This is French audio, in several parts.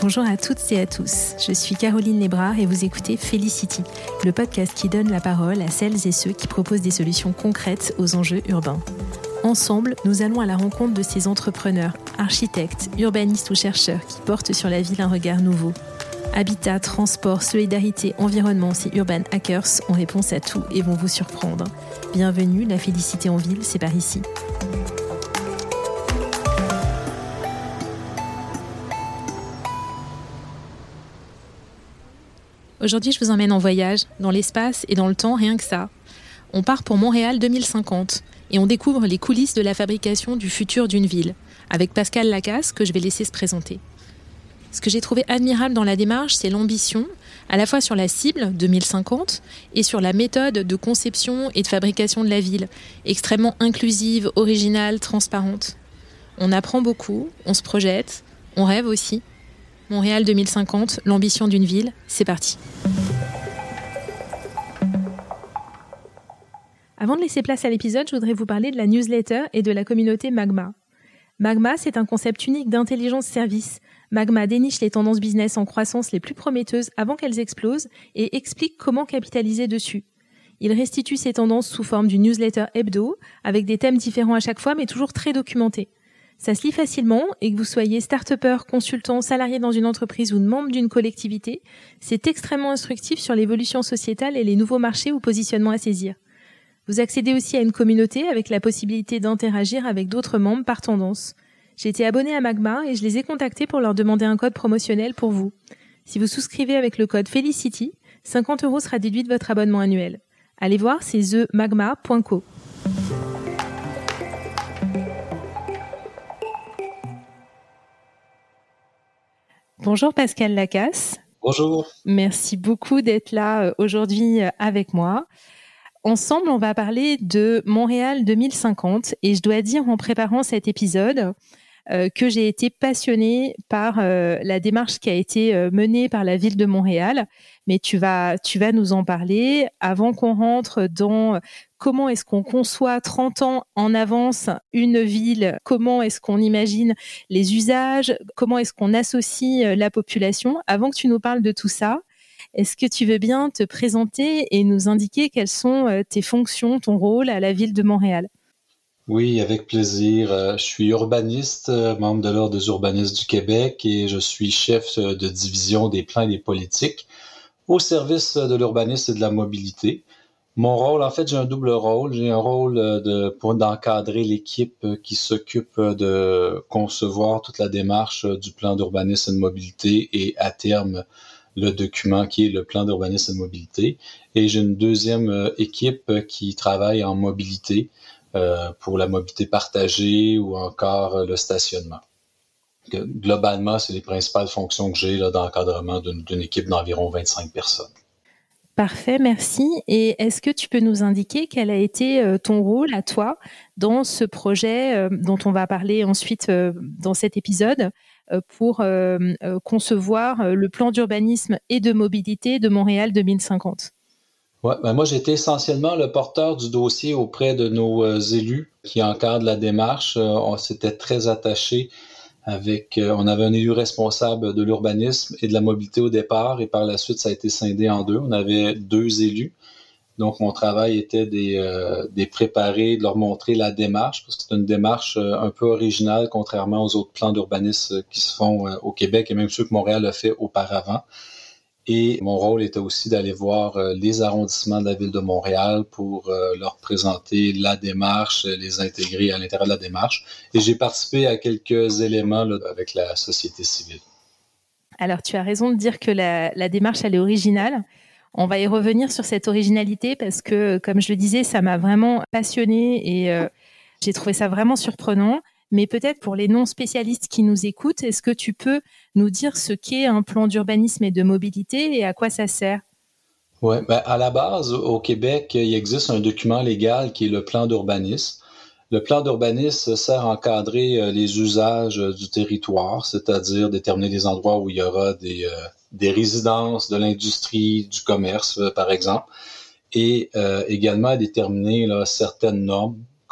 Bonjour à toutes et à tous, je suis Caroline Lébrard et vous écoutez Felicity, le podcast qui donne la parole à celles et ceux qui proposent des solutions concrètes aux enjeux urbains. Ensemble, nous allons à la rencontre de ces entrepreneurs, architectes, urbanistes ou chercheurs qui portent sur la ville un regard nouveau. Habitat, transport, solidarité, environnement, ces urban hackers ont réponse à tout et vont vous surprendre. Bienvenue, la félicité en ville, c'est par ici. Aujourd'hui, je vous emmène en voyage, dans l'espace et dans le temps, rien que ça. On part pour Montréal 2050 et on découvre les coulisses de la fabrication du futur d'une ville, avec Pascal Lacasse, que je vais laisser se présenter. Ce que j'ai trouvé admirable dans la démarche, c'est l'ambition, à la fois sur la cible 2050 et sur la méthode de conception et de fabrication de la ville, extrêmement inclusive, originale, transparente. On apprend beaucoup, on se projette, on rêve aussi. Montréal 2050, l'ambition d'une ville, c'est parti. Avant de laisser place à l'épisode, je voudrais vous parler de la newsletter et de la communauté Magma. Magma, c'est un concept unique d'intelligence-service. Magma déniche les tendances business en croissance les plus prometteuses avant qu'elles explosent et explique comment capitaliser dessus. Il restitue ces tendances sous forme d'une newsletter hebdo, avec des thèmes différents à chaque fois, mais toujours très documentés. Ça se lit facilement et que vous soyez start-upper, consultant, salarié dans une entreprise ou membre d'une collectivité, c'est extrêmement instructif sur l'évolution sociétale et les nouveaux marchés ou positionnements à saisir. Vous accédez aussi à une communauté avec la possibilité d'interagir avec d'autres membres par tendance. J'ai été abonnée à Magma et je les ai contactés pour leur demander un code promotionnel pour vous. Si vous souscrivez avec le code Felicity, 50 € sera déduit de votre abonnement annuel. Allez voir, c'est themagma.co. Bonjour Pascal Lacasse. Bonjour. Merci beaucoup d'être là aujourd'hui avec moi. Ensemble, on va parler de Montréal 2050 et je dois dire en préparant cet épisode que j'ai été passionnée par la démarche qui a été menée par la ville de Montréal. Mais tu vas nous en parler avant qu'on rentre dans comment est-ce qu'on conçoit 30 ans en avance une ville, comment est-ce qu'on imagine les usages, comment est-ce qu'on associe la population. Avant que tu nous parles de tout ça, est-ce que tu veux bien te présenter et nous indiquer quelles sont tes fonctions, ton rôle à la ville de Montréal? Oui, avec plaisir. Je suis urbaniste, membre de l'Ordre des urbanistes du Québec et je suis chef de division des plans et des politiques au service de l'urbanisme et de la mobilité. Mon rôle, en fait, j'ai un double rôle. J'ai un rôle d'encadrer l'équipe qui s'occupe de concevoir toute la démarche du plan d'urbanisme et de mobilité et à terme le document qui est le plan d'urbanisme et de mobilité. Et j'ai une deuxième équipe qui travaille en mobilité pour la mobilité partagée ou encore le stationnement. Globalement, c'est les principales fonctions que j'ai là, d'encadrement d'une équipe d'environ 25 personnes. Parfait, merci. Et est-ce que tu peux nous indiquer quel a été ton rôle à toi dans ce projet dont on va parler ensuite dans cet épisode pour concevoir le plan d'urbanisme et de mobilité de Montréal 2050? Ouais, moi, j'étais essentiellement le porteur du dossier auprès de nos élus qui encadrent la démarche. On s'était très attachés on avait un élu responsable de l'urbanisme et de la mobilité au départ et par la suite, ça a été scindé en deux. On avait 2 élus. Donc, mon travail était de préparer, de leur montrer la démarche parce que c'est une démarche un peu originale contrairement aux autres plans d'urbanisme qui se font au Québec et même ceux que Montréal a fait auparavant. Et mon rôle était aussi d'aller voir les arrondissements de la ville de Montréal pour leur présenter la démarche, les intégrer à l'intérieur de la démarche. Et j'ai participé à quelques éléments là, avec la société civile. Alors, tu as raison de dire que la démarche, elle est originale. On va y revenir sur cette originalité parce que, comme je le disais, ça m'a vraiment passionnée et j'ai trouvé ça vraiment surprenant. Mais peut-être pour les non-spécialistes qui nous écoutent, est-ce que tu peux nous dire ce qu'est un plan d'urbanisme et de mobilité et à quoi ça sert? Ouais, à la base, au Québec, il existe un document légal qui est le plan d'urbanisme. Le plan d'urbanisme sert à encadrer les usages du territoire, c'est-à-dire déterminer les endroits où il y aura des résidences, de l'industrie, du commerce, par exemple, et également à déterminer là, certaines normes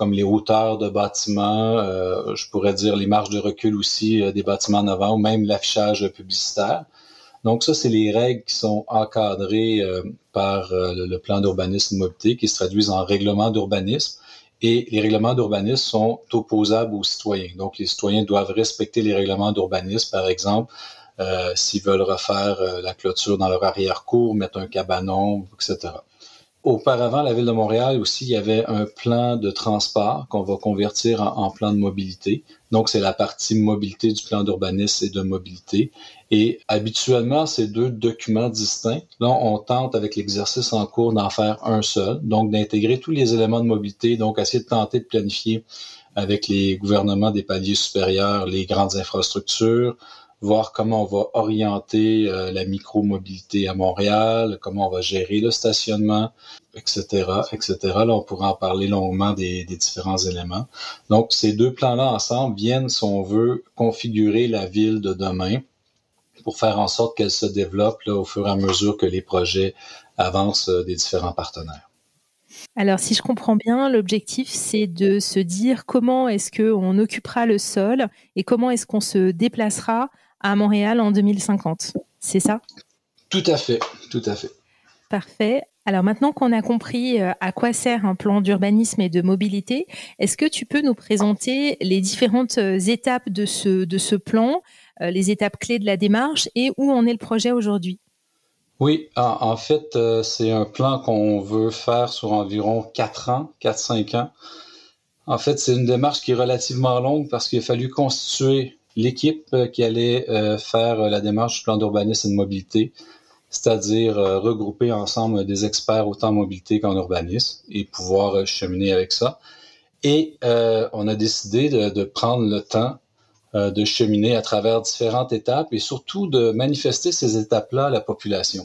comme les hauteurs de bâtiments, je pourrais dire les marges de recul aussi des bâtiments en avant, ou même l'affichage publicitaire. Donc ça, c'est les règles qui sont encadrées par le plan d'urbanisme et de mobilité qui se traduisent en règlements d'urbanisme. Et les règlements d'urbanisme sont opposables aux citoyens. Donc les citoyens doivent respecter les règlements d'urbanisme, par exemple, s'ils veulent refaire la clôture dans leur arrière-cour, mettre un cabanon, etc. Auparavant, la Ville de Montréal aussi, il y avait un plan de transport qu'on va convertir en plan de mobilité. Donc, c'est la partie mobilité du plan d'urbanisme et de mobilité. Et habituellement, c'est deux documents distincts. Là, on tente avec l'exercice en cours d'en faire un seul, donc d'intégrer tous les éléments de mobilité, donc essayer de tenter de planifier avec les gouvernements des paliers supérieurs les grandes infrastructures, voir comment on va orienter la micro-mobilité à Montréal, comment on va gérer le stationnement, etc., etc. Là, on pourra en parler longuement des différents éléments. Donc, ces deux plans-là ensemble viennent, si on veut, configurer la ville de demain pour faire en sorte qu'elle se développe là, au fur et à mesure que les projets avancent des différents partenaires. Alors, si je comprends bien, l'objectif, c'est de se dire comment est-ce qu'on occupera le sol et comment est-ce qu'on se déplacera à Montréal en 2050. C'est ça? Tout à fait, tout à fait. Parfait. Alors maintenant qu'on a compris à quoi sert un plan d'urbanisme et de mobilité, est-ce que tu peux nous présenter les différentes étapes de ce plan, les étapes clés de la démarche et où en est le projet aujourd'hui? Oui, en fait, c'est un plan qu'on veut faire sur environ 4 ans, 4-5 ans. En fait, c'est une démarche qui est relativement longue parce qu'il a fallu constituer l'équipe qui allait faire la démarche du plan d'urbanisme et de mobilité, c'est-à-dire regrouper ensemble des experts autant en mobilité qu'en urbanisme et pouvoir cheminer avec ça. Et on a décidé de prendre le temps de cheminer à travers différentes étapes et surtout de manifester ces étapes-là à la population.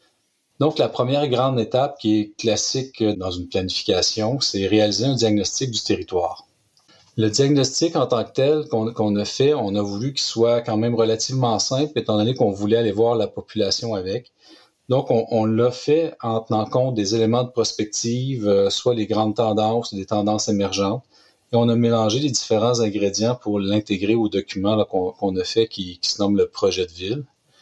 Donc, la première grande étape qui est classique dans une planification, c'est réaliser un diagnostic du territoire. Le diagnostic en tant que tel qu'on a fait, on a voulu qu'il soit quand même relativement simple, étant donné qu'on voulait aller voir la population avec. Donc, on l'a fait en tenant compte des éléments de prospective, soit les grandes tendances, des tendances émergentes, et on a mélangé les différents ingrédients pour l'intégrer au document là, qu'on a fait qui se nomme le projet de ville.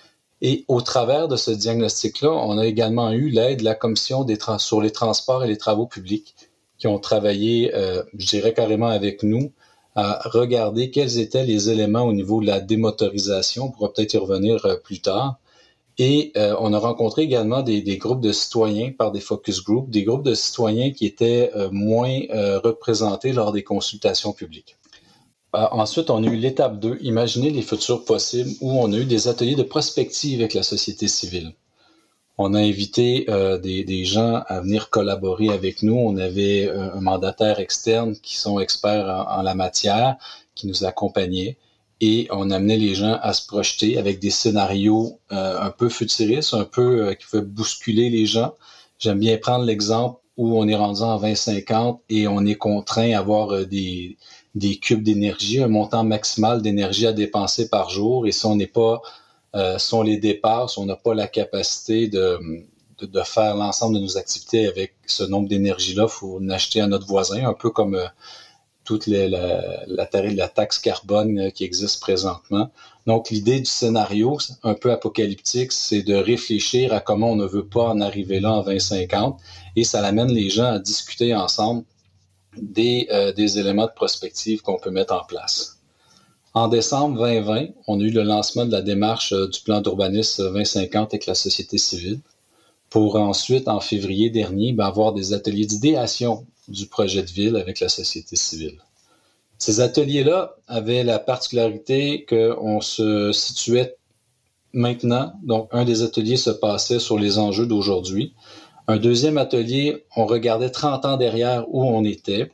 Et au travers de ce diagnostic-là, on a également eu l'aide de la Commission sur les transports et les travaux publics qui ont travaillé, je dirais carrément avec nous, à regarder quels étaient les éléments au niveau de la démotorisation. On pourra peut-être y revenir plus tard. Et on a rencontré également des groupes de citoyens par des focus groups, des groupes de citoyens qui étaient moins représentés lors des consultations publiques. Ensuite, on a eu l'étape 2, imaginer les futurs possibles, où on a eu des ateliers de prospective avec la société civile. On a invité des gens à venir collaborer avec nous. On avait un mandataire externe qui sont experts en la matière, qui nous accompagnait. Et on amenait les gens à se projeter avec des scénarios un peu futuristes, un peu qui pouvaient bousculer les gens. J'aime bien prendre l'exemple où on est rendu en 2050 et on est contraint à avoir des cubes d'énergie, un montant maximal d'énergie à dépenser par jour. Et si on n'est pas, si on les dépasse, on n'a pas la capacité de faire l'ensemble de nos activités avec ce nombre d'énergie-là. Il faut en acheter à notre voisin, un peu comme toute la taxe carbone qui existe présentement. Donc, l'idée du scénario, un peu apocalyptique, c'est de réfléchir à comment on ne veut pas en arriver là en 2050 et ça amène les gens à discuter ensemble des éléments de prospective qu'on peut mettre en place. En décembre 2020, on a eu le lancement de la démarche du plan d'urbanisme 2050 avec la société civile pour ensuite, en février dernier, avoir des ateliers d'idéation du projet de ville avec la société civile. Ces ateliers-là avaient la particularité qu'on se situait maintenant. Donc, un des ateliers se passait sur les enjeux d'aujourd'hui. Un deuxième atelier, on regardait 30 ans derrière où on était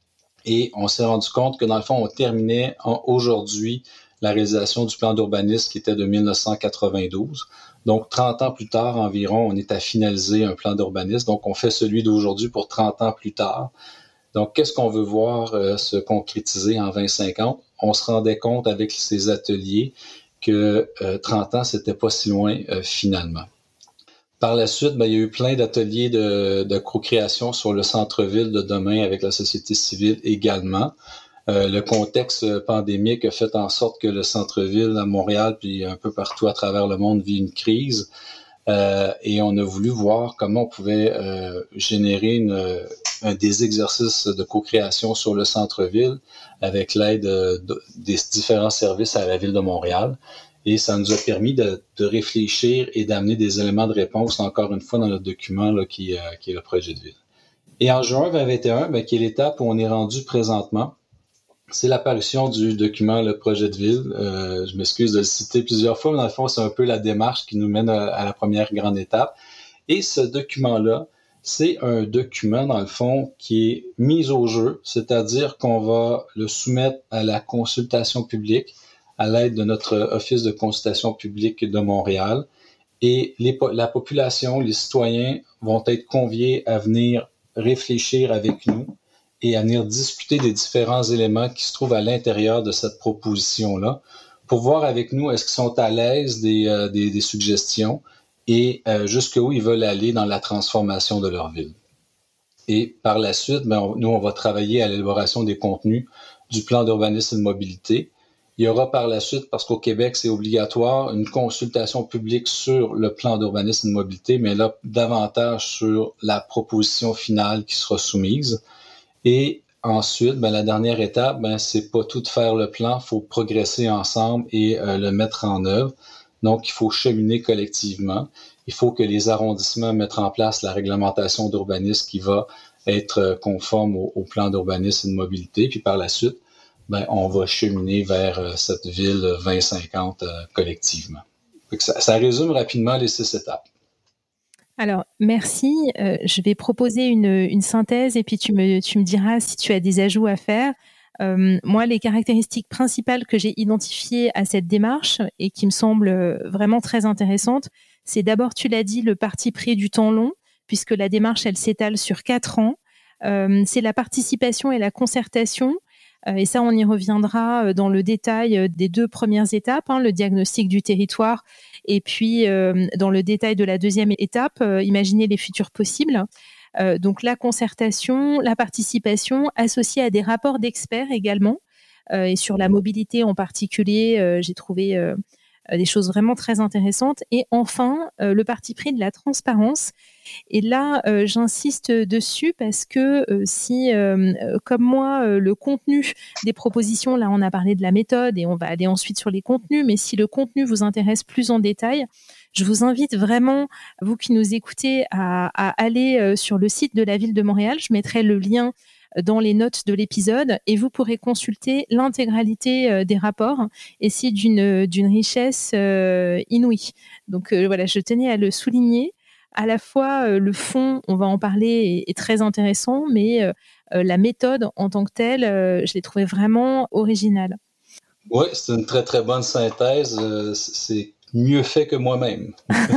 et on s'est rendu compte que dans le fond, on terminait aujourd'hui la réalisation du plan d'urbanisme qui était de 1992. Donc, 30 ans plus tard environ, on est à finaliser un plan d'urbanisme. Donc, on fait celui d'aujourd'hui pour 30 ans plus tard. Donc, qu'est-ce qu'on veut voir se concrétiser en 2050? On se rendait compte avec ces ateliers que 30 ans, c'était pas si loin finalement. Par la suite, il y a eu plein d'ateliers de co-création sur le centre-ville de demain avec la société civile également. Le contexte pandémique a fait en sorte que le centre-ville à Montréal puis un peu partout à travers le monde vit une crise. Et on a voulu voir comment on pouvait générer des exercices de co-création sur le centre-ville avec l'aide des différents services à la ville de Montréal. Et ça nous a permis de réfléchir et d'amener des éléments de réponse, encore une fois, dans notre document là, qui est le projet de ville. Et en juin 2021, qui est l'étape où on est rendu présentement, c'est l'apparition du document Le projet de ville. Je m'excuse de le citer plusieurs fois, mais dans le fond, c'est un peu la démarche qui nous mène à la première grande étape. Et ce document-là, c'est un document, dans le fond, qui est mis au jeu, c'est-à-dire qu'on va le soumettre à la consultation publique à l'aide de notre Office de consultation publique de Montréal. Et la population, les citoyens vont être conviés à venir réfléchir avec nous et à venir discuter des différents éléments qui se trouvent à l'intérieur de cette proposition-là pour voir avec nous est-ce qu'ils sont à l'aise des suggestions et jusqu'où ils veulent aller dans la transformation de leur ville. Et par la suite, nous, on va travailler à l'élaboration des contenus du plan d'urbanisme et de mobilité. Il y aura par la suite, parce qu'au Québec, c'est obligatoire, une consultation publique sur le plan d'urbanisme et de mobilité, mais là, davantage sur la proposition finale qui sera soumise. Et ensuite, la dernière étape, c'est pas tout de faire le plan, il faut progresser ensemble et le mettre en œuvre. Donc, il faut cheminer collectivement. Il faut que les arrondissements mettent en place la réglementation d'urbanisme qui va être conforme au plan d'urbanisme et de mobilité. Puis par la suite, on va cheminer vers cette ville 2050 collectivement. Ça résume rapidement les 6 étapes. Alors, merci. Je vais proposer une synthèse et puis tu me diras si tu as des ajouts à faire. Moi, les caractéristiques principales que j'ai identifiées à cette démarche et qui me semblent vraiment très intéressantes, c'est d'abord, tu l'as dit, le parti pris du temps long, puisque la démarche, elle s'étale sur 4 ans. C'est la participation et la concertation. Et ça, on y reviendra dans le détail des 2 premières étapes, le diagnostic du territoire et puis dans le détail de la deuxième étape, imaginer les futurs possibles. Donc la concertation, la participation associée à des rapports d'experts également. Et sur la mobilité en particulier, j'ai trouvé des choses vraiment très intéressantes. Et enfin, le parti pris de la transparence. Et là, j'insiste dessus parce que si, comme moi, le contenu des propositions, là, on a parlé de la méthode et on va aller ensuite sur les contenus, mais si le contenu vous intéresse plus en détail, je vous invite vraiment, vous qui nous écoutez, à aller sur le site de la Ville de Montréal. Je mettrai le lien dans les notes de l'épisode et vous pourrez consulter l'intégralité des rapports et c'est d'une richesse inouïe. Donc voilà, je tenais à le souligner. À la fois, le fond, on va en parler, est très intéressant, mais la méthode en tant que telle, je l'ai trouvée vraiment originale. Oui, c'est une très, très bonne synthèse. C'est mieux fait que moi-même.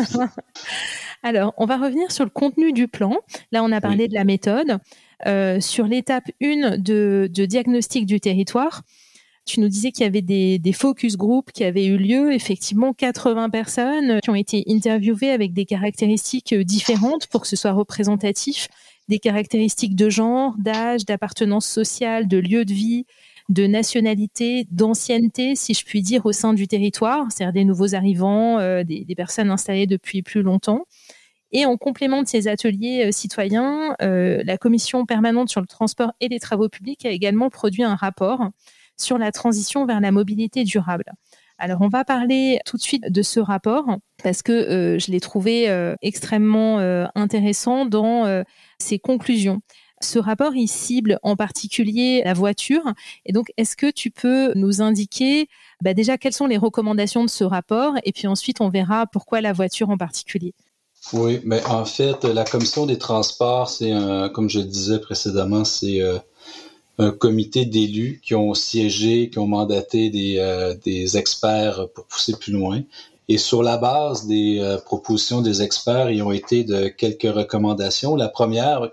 Alors, on va revenir sur le contenu du plan. Là, on a parlé de la méthode. Sur l'étape 1 de diagnostic du territoire, tu nous disais qu'il y avait des focus group qui avaient eu lieu. Effectivement, 80 personnes qui ont été interviewées avec des caractéristiques différentes pour que ce soit représentatif, des caractéristiques de genre, d'âge, d'appartenance sociale, de lieu de vie, de nationalité, d'ancienneté, si je puis dire, au sein du territoire, c'est-à-dire des nouveaux arrivants, des personnes installées depuis plus longtemps. Et en complément de ces ateliers citoyens, la Commission permanente sur le transport et les travaux publics a également produit un rapport sur la transition vers la mobilité durable. Alors, on va parler tout de suite de ce rapport parce que je l'ai trouvé extrêmement intéressant dans ses conclusions. Ce rapport, il cible en particulier la voiture. Et donc, est-ce que tu peux nous indiquer déjà quelles sont les recommandations de ce rapport et puis ensuite, on verra pourquoi la voiture en particulier. Oui, mais en fait, la Commission des transports, comme je le disais précédemment, c'est un comité d'élus qui ont siégé, qui ont mandaté des experts pour pousser plus loin. Et sur la base des propositions des experts, ils ont été de quelques recommandations. La première,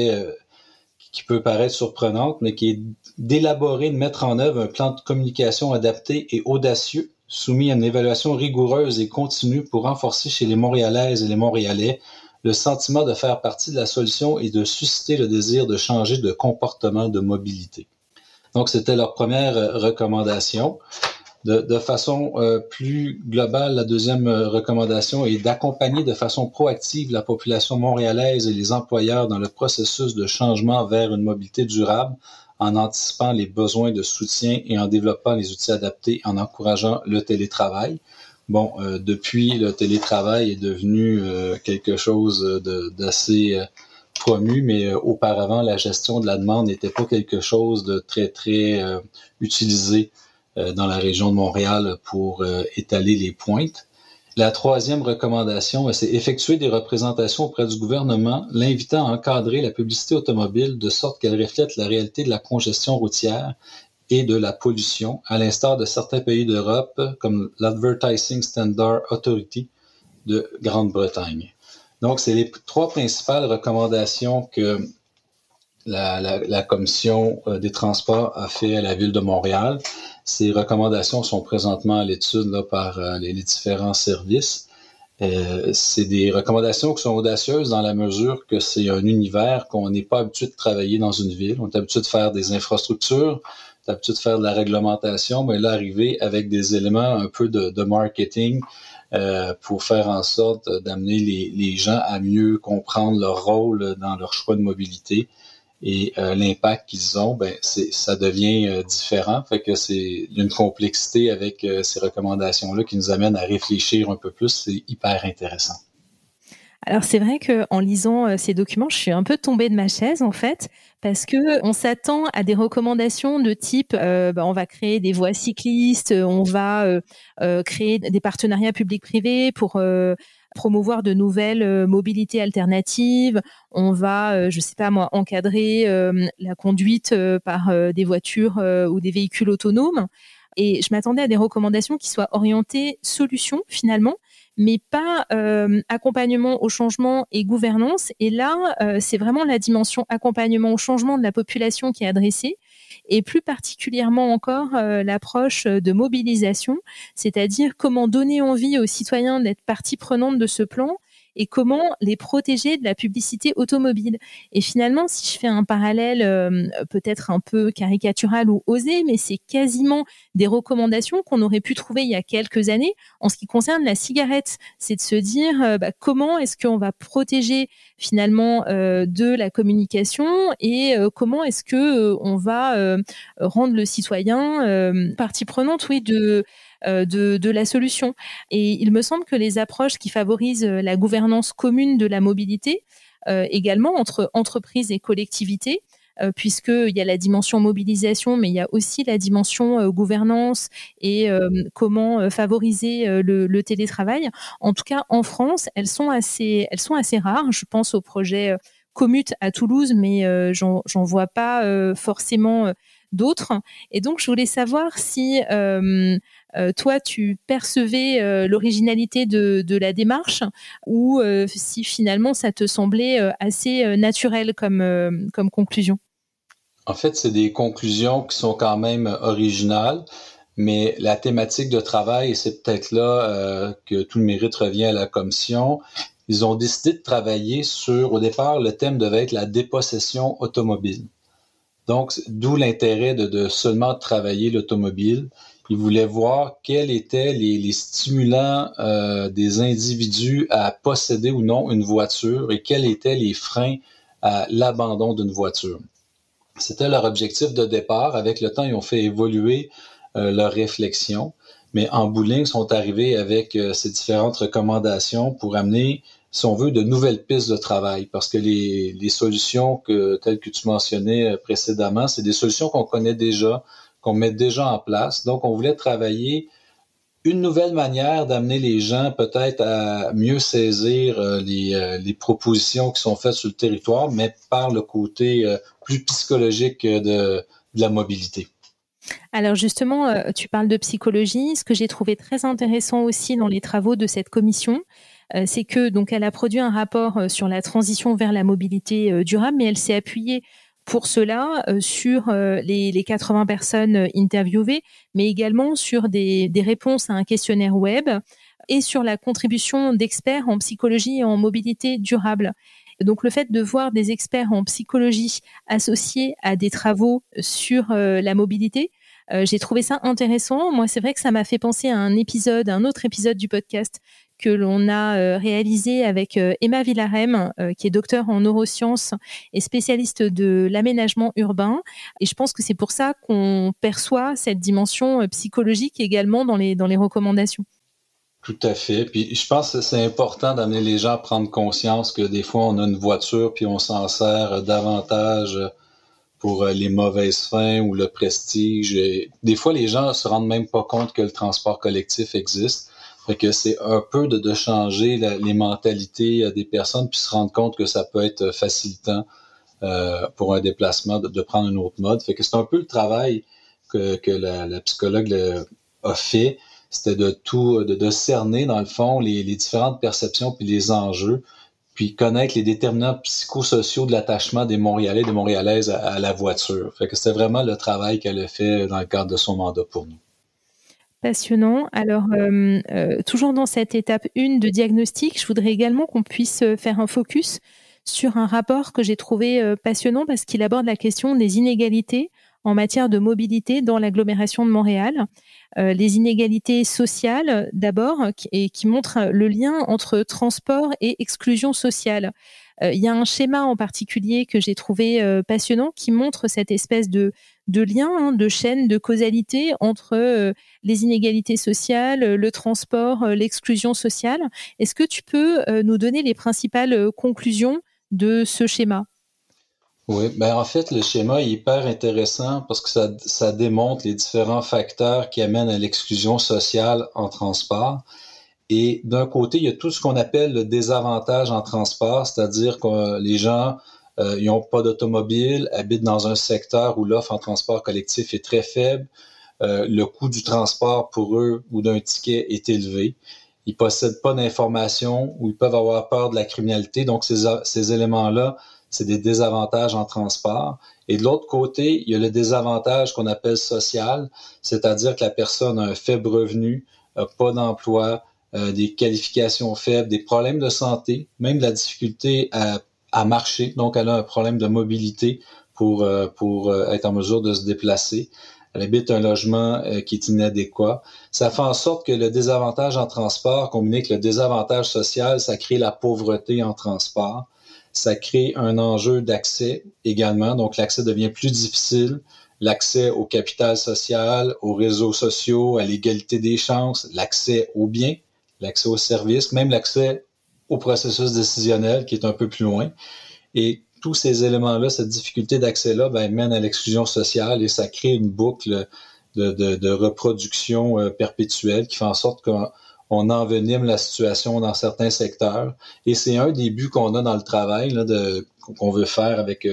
qui peut paraître surprenante, mais qui est d'élaborer, de mettre en œuvre un plan de communication adapté et audacieux soumis à une évaluation rigoureuse et continue pour renforcer chez les Montréalaises et les Montréalais le sentiment de faire partie de la solution et de susciter le désir de changer de comportement de mobilité. Donc, c'était leur première recommandation. De façon plus globale, la deuxième recommandation est d'accompagner de façon proactive la population montréalaise et les employeurs dans le processus de changement vers une mobilité durable en anticipant les besoins de soutien et en développant les outils adaptés, en encourageant le télétravail. Bon, depuis, le télétravail est devenu quelque chose d'assez promu, mais auparavant, la gestion de la demande n'était pas quelque chose de très, très utilisé dans la région de Montréal pour étaler les pointes. La troisième recommandation, c'est effectuer des représentations auprès du gouvernement, l'invitant à encadrer la publicité automobile de sorte qu'elle reflète la réalité de la congestion routière et de la pollution, à l'instar de certains pays d'Europe, comme l'Advertising Standard Authority de Grande-Bretagne. Donc, c'est les trois principales recommandations que la Commission des transports a fait à la Ville de Montréal. Ces recommandations sont présentement à l'étude là, par les différents services. C'est des recommandations qui sont audacieuses dans la mesure que c'est un univers qu'on n'est pas habitué de travailler dans une ville. On est habitué de faire des infrastructures, on est habitué de faire de la réglementation, mais là, arriver avec des éléments un peu de marketing pour faire en sorte d'amener les gens à mieux comprendre leur rôle dans leur choix de mobilité. Et l'impact qu'ils ont, ça devient différent. Fait que il y a une complexité avec ces recommandations-là qui nous amènent à réfléchir un peu plus. C'est hyper intéressant. Alors c'est vrai que en lisant ces documents, je suis un peu tombée de ma chaise en fait, parce que on s'attend à des recommandations de type on va créer des voies cyclistes, on va créer des partenariats publics-privés pour promouvoir de nouvelles mobilités alternatives. On va, je sais pas moi, encadrer la conduite par des voitures ou des véhicules autonomes. Et je m'attendais à des recommandations qui soient orientées solutions finalement, mais pas accompagnement au changement et gouvernance. Et là, c'est vraiment la dimension accompagnement au changement de la population qui est adressée, et plus particulièrement encore l'approche de mobilisation, c'est-à-dire comment donner envie aux citoyens d'être partie prenante de ce plan et comment les protéger de la publicité automobile. Et finalement, si je fais un parallèle peut-être un peu caricatural ou osé, mais c'est quasiment des recommandations qu'on aurait pu trouver il y a quelques années en ce qui concerne la cigarette. C'est de se dire comment est-ce qu'on va protéger finalement de la communication et comment est-ce que on va rendre le citoyen partie prenante, oui, de la solution. Et il me semble que les approches qui favorisent la gouvernance commune de la mobilité, également entre entreprises et collectivités, puisqu'il y a la dimension mobilisation, mais il y a aussi la dimension gouvernance et comment favoriser le télétravail. En tout cas, en France, elles sont assez rares. Je pense au projet Commute à Toulouse, mais j'en vois pas forcément d'autres. Et donc, je voulais savoir si toi, tu percevais l'originalité de la démarche ou si finalement ça te semblait assez naturel comme conclusion. En fait, c'est des conclusions qui sont quand même originales, mais la thématique de travail, c'est peut-être là que tout le mérite revient à la commission. Ils ont décidé de travailler sur, au départ, le thème devait être la dépossession automobile. Donc, d'où l'intérêt de seulement travailler l'automobile. Ils voulaient voir quels étaient les stimulants des individus à posséder ou non une voiture et quels étaient les freins à l'abandon d'une voiture. C'était leur objectif de départ. Avec le temps, ils ont fait évoluer leur réflexion, mais en bout de ligne, ils sont arrivés avec ces différentes recommandations pour amener, si on veut, de nouvelles pistes de travail, parce que les solutions telles que tu mentionnais précédemment, c'est des solutions qu'on connaît déjà, qu'on met déjà en place. Donc, on voulait travailler une nouvelle manière d'amener les gens peut-être à mieux saisir les propositions qui sont faites sur le territoire, mais par le côté plus psychologique de la mobilité. Alors justement, tu parles de psychologie. Ce que j'ai trouvé très intéressant aussi dans les travaux de cette commission, c'est que donc elle a produit un rapport sur la transition vers la mobilité durable, mais elle s'est appuyée pour cela sur les 80 personnes interviewées, mais également sur des réponses à un questionnaire web et sur la contribution d'experts en psychologie et en mobilité durable. Donc le fait de voir des experts en psychologie associés à des travaux sur la mobilité, j'ai trouvé ça intéressant. Moi, c'est vrai que ça m'a fait penser à un autre épisode du podcast que l'on a réalisé avec Emma Villarem, qui est docteure en neurosciences et spécialiste de l'aménagement urbain. Et je pense que c'est pour ça qu'on perçoit cette dimension psychologique également dans les recommandations. Tout à fait. Puis je pense que c'est important d'amener les gens à prendre conscience que des fois, on a une voiture puis on s'en sert davantage pour les mauvaises fins ou le prestige. Et des fois, les gens se rendent même pas compte que le transport collectif existe. Fait que c'est un peu de changer les mentalités des personnes puis se rendre compte que ça peut être facilitant pour un déplacement de prendre un autre mode. Fait que c'est un peu le travail que la psychologue a fait. C'était de cerner, dans le fond, les différentes perceptions puis les enjeux, puis connaître les déterminants psychosociaux de l'attachement des Montréalais et des Montréalaises à la voiture. Fait que c'était vraiment le travail qu'elle a fait dans le cadre de son mandat pour nous. Passionnant. Alors, toujours dans cette étape 1 de diagnostic, je voudrais également qu'on puisse faire un focus sur un rapport que j'ai trouvé passionnant parce qu'il aborde la question des inégalités en matière de mobilité dans l'agglomération de Montréal. Les inégalités sociales d'abord et qui montrent le lien entre transport et exclusion sociale. Il y a un schéma en particulier que j'ai trouvé passionnant qui montre cette espèce de lien, de chaîne, de causalité entre les inégalités sociales, le transport, l'exclusion sociale. Est-ce que tu peux nous donner les principales conclusions de ce schéma? Oui, ben en fait, le schéma est hyper intéressant parce que ça démontre les différents facteurs qui amènent à l'exclusion sociale en transport. Et d'un côté, il y a tout ce qu'on appelle le désavantage en transport, c'est-à-dire que les gens ils n'ont pas d'automobile, habitent dans un secteur où l'offre en transport collectif est très faible, le coût du transport pour eux ou d'un ticket est élevé. Ils possèdent pas d'informations ou ils peuvent avoir peur de la criminalité. Donc, ces éléments-là, c'est des désavantages en transport. Et de l'autre côté, il y a le désavantage qu'on appelle social, c'est-à-dire que la personne a un faible revenu, n'a pas d'emploi, des qualifications faibles, des problèmes de santé, même de la difficulté à marcher. Donc, elle a un problème de mobilité pour être en mesure de se déplacer. Elle habite un logement qui est inadéquat. Ça fait en sorte que le désavantage en transport, combiné avec le désavantage social, ça crée la pauvreté en transport. Ça crée un enjeu d'accès également. Donc, l'accès devient plus difficile. L'accès au capital social, aux réseaux sociaux, à l'égalité des chances, l'accès aux biens, l'accès aux services, même l'accès au processus décisionnel qui est un peu plus loin. Et tous ces éléments-là, cette difficulté d'accès-là, mène à l'exclusion sociale et ça crée une boucle de reproduction perpétuelle qui fait en sorte qu'on envenime la situation dans certains secteurs. Et c'est un des buts qu'on a dans le travail là, qu'on veut faire avec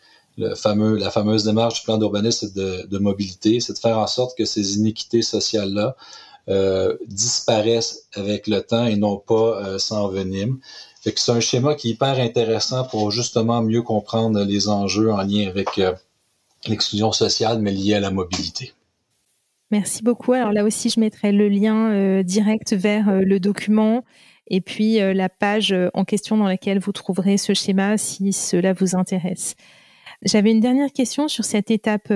la fameuse démarche du plan d'urbanisme de mobilité, c'est de faire en sorte que ces inéquités sociales-là disparaissent avec le temps et non pas s'enveniment. Fait que c'est un schéma qui est hyper intéressant pour justement mieux comprendre les enjeux en lien avec l'exclusion sociale, mais liée à la mobilité. Merci beaucoup. Alors là aussi, je mettrai le lien direct vers le document et puis la page en question dans laquelle vous trouverez ce schéma si cela vous intéresse. J'avais une dernière question sur cette étape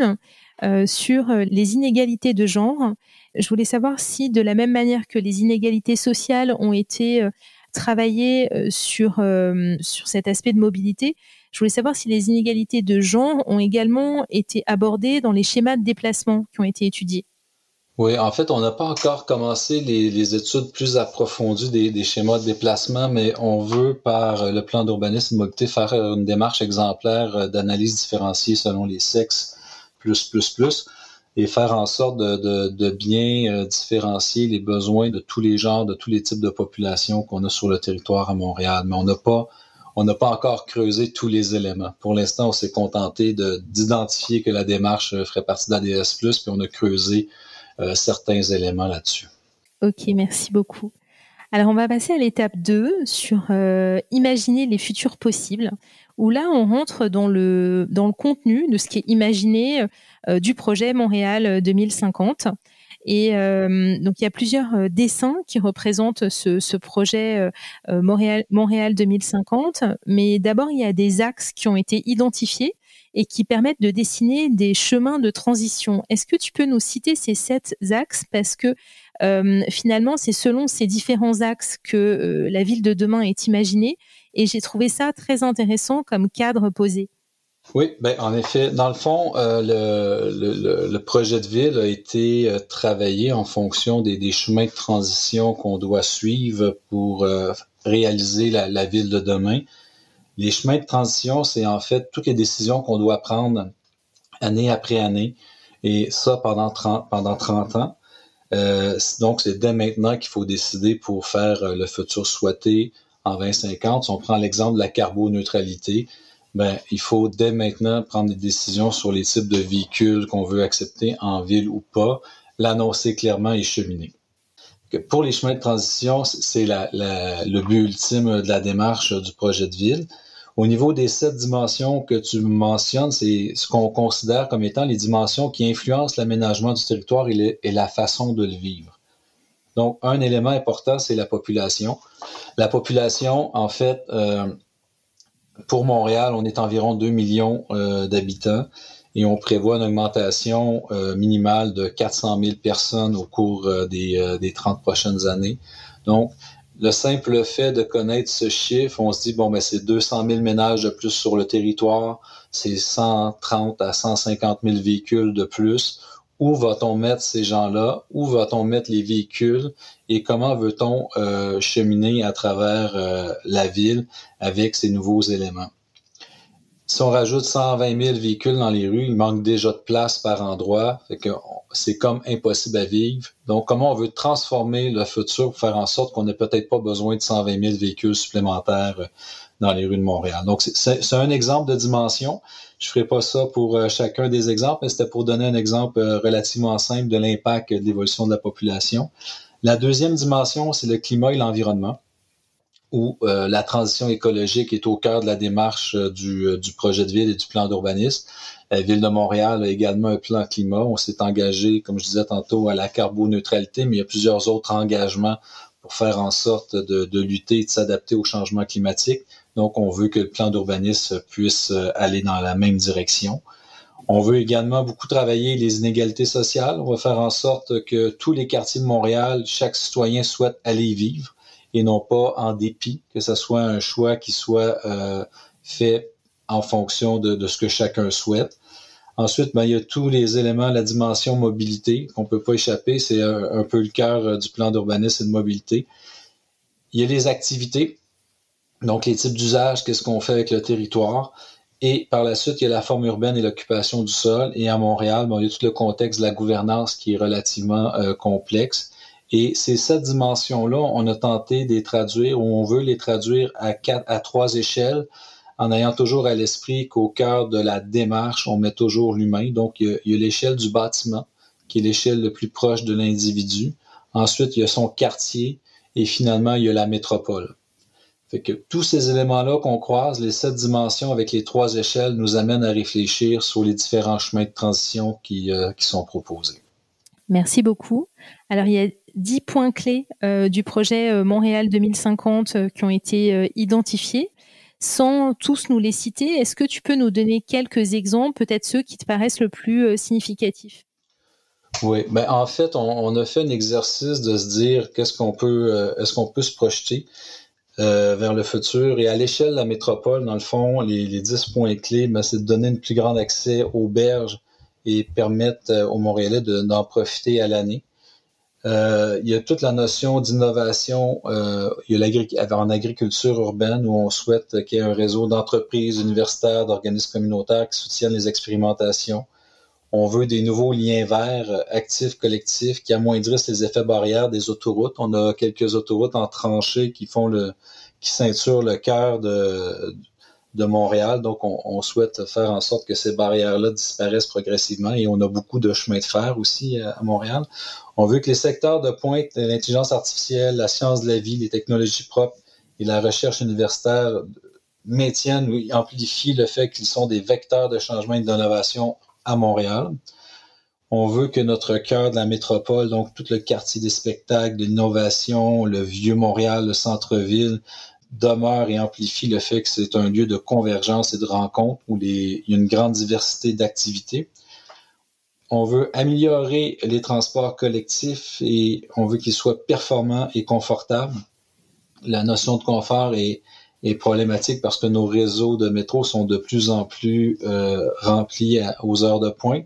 1, sur les inégalités de genre. Je voulais savoir si, de la même manière que les inégalités sociales ont été travaillées sur cet aspect de mobilité, je voulais savoir si les inégalités de genre ont également été abordées dans les schémas de déplacement qui ont été étudiés. Oui, en fait, on n'a pas encore commencé les études plus approfondies des schémas de déplacement, mais on veut, par le plan d'urbanisme et mobilité, faire une démarche exemplaire d'analyse différenciée selon les sexes, et faire en sorte de bien différencier les besoins de tous les genres, de tous les types de populations qu'on a sur le territoire à Montréal. Mais on n'a pas encore creusé tous les éléments. Pour l'instant, on s'est contenté d'identifier que la démarche ferait partie d'ADS+, puis on a creusé certains éléments là-dessus. Ok, merci beaucoup. Alors, on va passer à l'étape 2 sur imaginer les futurs possibles, où là, on rentre dans le contenu de ce qui est imaginé du projet Montréal 2050. Et donc, il y a plusieurs dessins qui représentent ce projet Montréal 2050. Mais d'abord, il y a des axes qui ont été identifiés et qui permettent de dessiner des chemins de transition. Est-ce que tu peux nous citer ces 7 axes? Parce que finalement, c'est selon ces différents axes que la ville de demain est imaginée. Et j'ai trouvé ça très intéressant comme cadre posé. Oui, ben en effet, dans le fond, le projet de ville a été travaillé en fonction des chemins de transition qu'on doit suivre pour réaliser la ville de demain. Les chemins de transition, c'est en fait toutes les décisions qu'on doit prendre année après année, et ça pendant 30 ans. Donc, c'est dès maintenant qu'il faut décider pour faire le futur souhaité en 2050. Si on prend l'exemple de la carboneutralité, ben, il faut dès maintenant prendre des décisions sur les types de véhicules qu'on veut accepter en ville ou pas, l'annoncer clairement et cheminer. Pour les chemins de transition, c'est le but ultime de la démarche du projet de ville. Au niveau des 7 dimensions que tu mentionnes, c'est ce qu'on considère comme étant les dimensions qui influencent l'aménagement du territoire et la façon de le vivre. Donc, un élément important, c'est la population. La population, en fait, pour Montréal, on est environ 2 millions d'habitants et on prévoit une augmentation minimale de 400 000 personnes au cours des 30 prochaines années. Donc, le simple fait de connaître ce chiffre, on se dit, bon, ben, c'est 200 000 ménages de plus sur le territoire, c'est 130 à 150 000 véhicules de plus. Où va-t-on mettre ces gens-là? Où va-t-on mettre les véhicules? Et comment veut-on cheminer à travers la ville avec ces nouveaux éléments? Si on rajoute 120 000 véhicules dans les rues, il manque déjà de place par endroit. Fait que c'est comme impossible à vivre. Donc, comment on veut transformer le futur pour faire en sorte qu'on n'ait peut-être pas besoin de 120 000 véhicules supplémentaires dans les rues de Montréal. Donc, c'est un exemple de dimension. Je ne ferai pas ça pour chacun des exemples, mais c'était pour donner un exemple relativement simple de l'impact de l'évolution de la population. La deuxième dimension, c'est le climat et l'environnement, où la transition écologique est au cœur de la démarche du projet de ville et du plan d'urbanisme. La Ville de Montréal a également un plan climat. On s'est engagé, comme je disais tantôt, à la carboneutralité, mais il y a plusieurs autres engagements pour faire en sorte de lutter et de s'adapter au changement climatique. Donc, on veut que le plan d'urbanisme puisse aller dans la même direction. On veut également beaucoup travailler les inégalités sociales. On va faire en sorte que tous les quartiers de Montréal, chaque citoyen souhaite aller y vivre et non pas en dépit, que ce soit un choix qui soit fait en fonction de ce que chacun souhaite. Ensuite, il y a tous les éléments, la dimension mobilité qu'on ne peut pas échapper. C'est un peu le cœur du plan d'urbanisme et de mobilité. Il y a les activités, donc les types d'usages, qu'est-ce qu'on fait avec le territoire. Et par la suite, il y a la forme urbaine et l'occupation du sol. Et à Montréal, il y a tout le contexte de la gouvernance qui est relativement complexe. Et ces 7 dimensions-là, on a tenté de les traduire, ou on veut les traduire à 3 échelles, en ayant toujours à l'esprit qu'au cœur de la démarche, on met toujours l'humain. Donc, il y a l'échelle du bâtiment, qui est l'échelle le plus proche de l'individu. Ensuite, il y a son quartier, et finalement, il y a la métropole. Fait que tous ces éléments-là qu'on croise, les 7 dimensions avec les 3 échelles, nous amènent à réfléchir sur les différents chemins de transition qui sont proposés. Merci beaucoup. Alors, il y a 10 points clés du projet Montréal 2050 qui ont été identifiés. Sans tous nous les citer, est-ce que tu peux nous donner quelques exemples, peut-être ceux qui te paraissent le plus significatifs? Oui, en fait, on a fait un exercice de se dire est-ce qu'on peut se projeter vers le futur. Et à l'échelle de la métropole, dans le fond, les 10 points clés, c'est de donner un plus grand accès aux berges et permettre aux Montréalais d'en profiter à l'année. Il y a toute la notion d'innovation. Il y a en agriculture urbaine où on souhaite qu'il y ait un réseau d'entreprises universitaires, d'organismes communautaires qui soutiennent les expérimentations. On veut des nouveaux liens verts, actifs, collectifs, qui amoindrissent les effets barrières des autoroutes. On a quelques autoroutes en tranchée qui ceinturent le cœur de de Montréal. Donc, on souhaite faire en sorte que ces barrières-là disparaissent progressivement et on a beaucoup de chemins de fer aussi à Montréal. On veut que les secteurs de pointe, l'intelligence artificielle, la science de la vie, les technologies propres et la recherche universitaire maintiennent ou amplifient le fait qu'ils sont des vecteurs de changement et d'innovation à Montréal. On veut que notre cœur de la métropole, donc tout le quartier des spectacles, de l'innovation, le vieux Montréal, le centre-ville, demeure et amplifie le fait que c'est un lieu de convergence et de rencontre où il y a une grande diversité d'activités. On veut améliorer les transports collectifs et on veut qu'ils soient performants et confortables. La notion de confort est problématique parce que nos réseaux de métro sont de plus en plus remplis aux heures de pointe.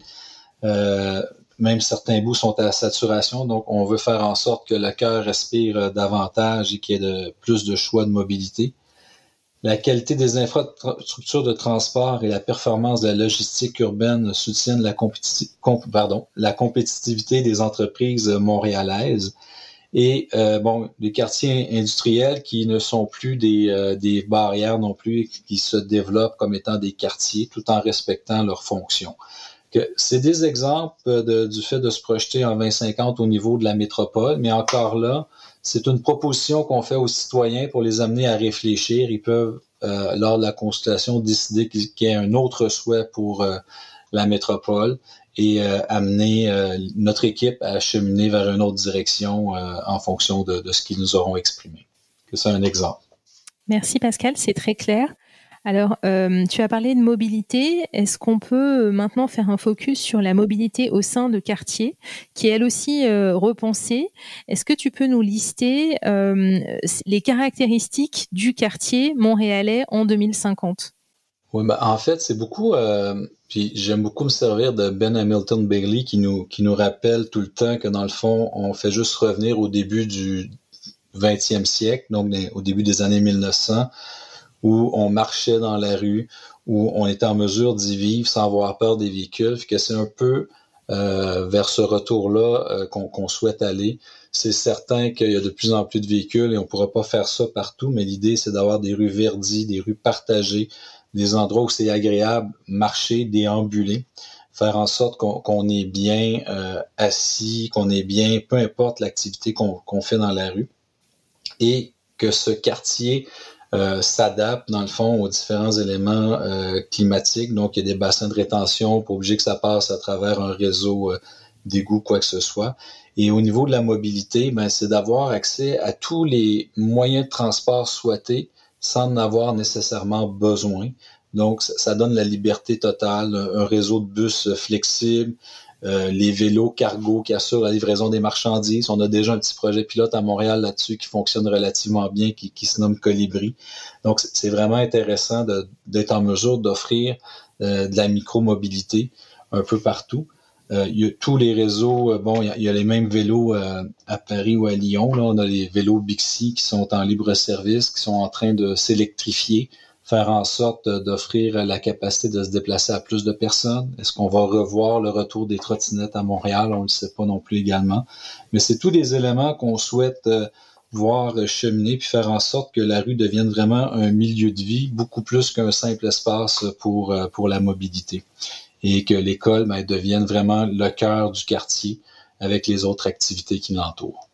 Même certains bouts sont à saturation, donc on veut faire en sorte que le cœur respire davantage et qu'il y ait plus de choix de mobilité. La qualité des infrastructures de transport et la performance de la logistique urbaine soutiennent la compétitivité des entreprises montréalaises. Et les quartiers industriels qui ne sont plus des barrières non plus, qui se développent comme étant des quartiers tout en respectant leurs fonctions. C'est des exemples du fait de se projeter en 2050 au niveau de la métropole, mais encore là, c'est une proposition qu'on fait aux citoyens pour les amener à réfléchir. Ils peuvent, lors de la consultation, décider qu'il y ait un autre souhait pour la métropole et amener notre équipe à cheminer vers une autre direction en fonction de ce qu'ils nous auront exprimé. C'est un exemple. Merci Pascal, c'est très clair. Alors, tu as parlé de mobilité. Est-ce qu'on peut maintenant faire un focus sur la mobilité au sein de quartiers, qui est elle aussi repensée? Est-ce que tu peux nous lister les caractéristiques du quartier montréalais en 2050? Oui, en fait, c'est beaucoup... puis j'aime beaucoup me servir de Ben Hamilton Bailey qui nous rappelle tout le temps que dans le fond, on fait juste revenir au début du 20e siècle, donc au début des années 1900, où on marchait dans la rue, où on était en mesure d'y vivre sans avoir peur des véhicules, puis que c'est un peu vers ce retour-là qu'on souhaite aller. C'est certain qu'il y a de plus en plus de véhicules et on ne pourra pas faire ça partout, mais l'idée, c'est d'avoir des rues verdies, des rues partagées, des endroits où c'est agréable marcher, déambuler, faire en sorte qu'on est bien assis, qu'on est bien, peu importe l'activité qu'on fait dans la rue, et que ce quartier s'adapte, dans le fond, aux différents éléments climatiques. Donc, il y a des bassins de rétention, pas obligé que ça passe à travers un réseau d'égouts, quoi que ce soit. Et au niveau de la mobilité, c'est d'avoir accès à tous les moyens de transport souhaités sans en avoir nécessairement besoin. Donc, ça donne la liberté totale, un réseau de bus flexible, les vélos cargo qui assurent la livraison des marchandises. On a déjà un petit projet pilote à Montréal là-dessus qui fonctionne relativement bien, qui se nomme Colibri. Donc, c'est vraiment intéressant d'être en mesure d'offrir de la micro-mobilité un peu partout. Il y a tous les réseaux, il y a les mêmes vélos à Paris ou à Lyon. Là, on a les vélos Bixi qui sont en libre service, qui sont en train de s'électrifier, faire en sorte d'offrir la capacité de se déplacer à plus de personnes. Est-ce qu'on va revoir le retour des trottinettes à Montréal? On ne le sait pas non plus également. Mais c'est tous des éléments qu'on souhaite voir cheminer puis faire en sorte que la rue devienne vraiment un milieu de vie, beaucoup plus qu'un simple espace pour la mobilité. Et que l'école devienne vraiment le cœur du quartier avec les autres activités qui l'entourent.